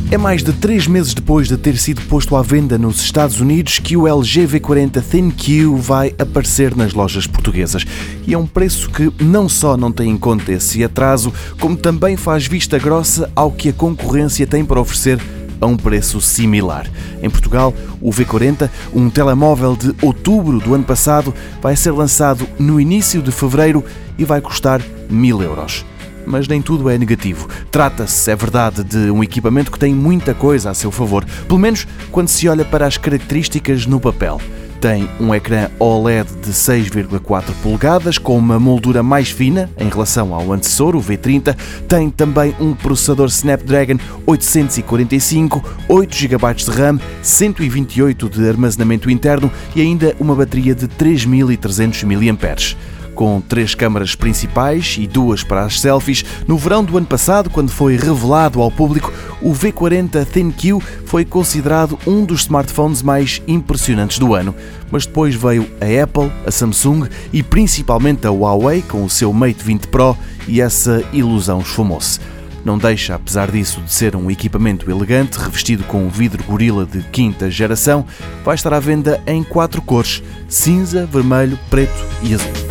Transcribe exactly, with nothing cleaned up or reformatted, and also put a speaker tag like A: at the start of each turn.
A: É mais de três meses depois de ter sido posto à venda nos Estados Unidos que o L G V quarenta ThinQ vai aparecer nas lojas portuguesas. E é um preço que não só não tem em conta esse atraso, como também faz vista grossa ao que a concorrência tem para oferecer a um preço similar. Em Portugal, o V quarenta, um telemóvel de outubro do ano passado, vai ser lançado no início de fevereiro e vai custar mil euros. Mas nem tudo é negativo. Trata-se, é verdade, de um equipamento que tem muita coisa a seu favor, pelo menos quando se olha para as características no papel. Tem um ecrã O L E D de seis vírgula quatro polegadas, com uma moldura mais fina em relação ao antecessor, o V trinta. Tem também um processador Snapdragon oitocentos e quarenta e cinco, oito gigabytes de RAM, cento e vinte e oito de armazenamento interno e ainda uma bateria de três mil e trezentos miliampères-hora. Com três câmaras principais e duas para as selfies, no verão do ano passado, quando foi revelado ao público, o V quarenta ThinQ foi considerado um dos smartphones mais impressionantes do ano. Mas depois veio a Apple, a Samsung e principalmente a Huawei com o seu Mate vinte Pro e essa ilusão esfumou-se. Não deixa, apesar disso, de ser um equipamento elegante, revestido com um vidro Gorilla de quinta geração, vai estar à venda em quatro cores: cinza, vermelho, preto e azul.